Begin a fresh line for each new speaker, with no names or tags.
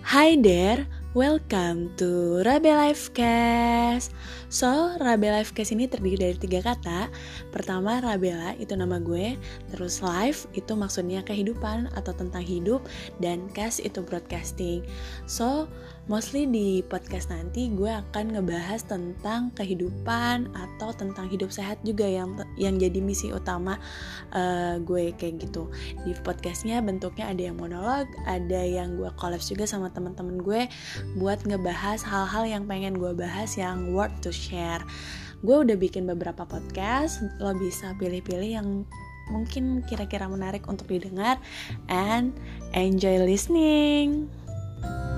Hi there, welcome to Rabe Lifecast. So, Rabe Lifecast ini terdiri dari 3 kata. Pertama, Rabela itu nama gue. Terus life itu maksudnya kehidupan atau tentang hidup. Dan cast itu broadcasting. So, mostly di podcast nanti gue akan ngebahas tentang kehidupan atau tentang hidup sehat juga yang jadi misi utama gue kayak gitu. Di podcastnya bentuknya ada yang monolog, ada yang gue collab juga sama teman-teman gue buat ngebahas hal-hal yang pengen gue bahas yang worth to share. Gue udah bikin beberapa podcast, lo bisa pilih-pilih yang mungkin kira-kira menarik untuk didengar, and enjoy listening.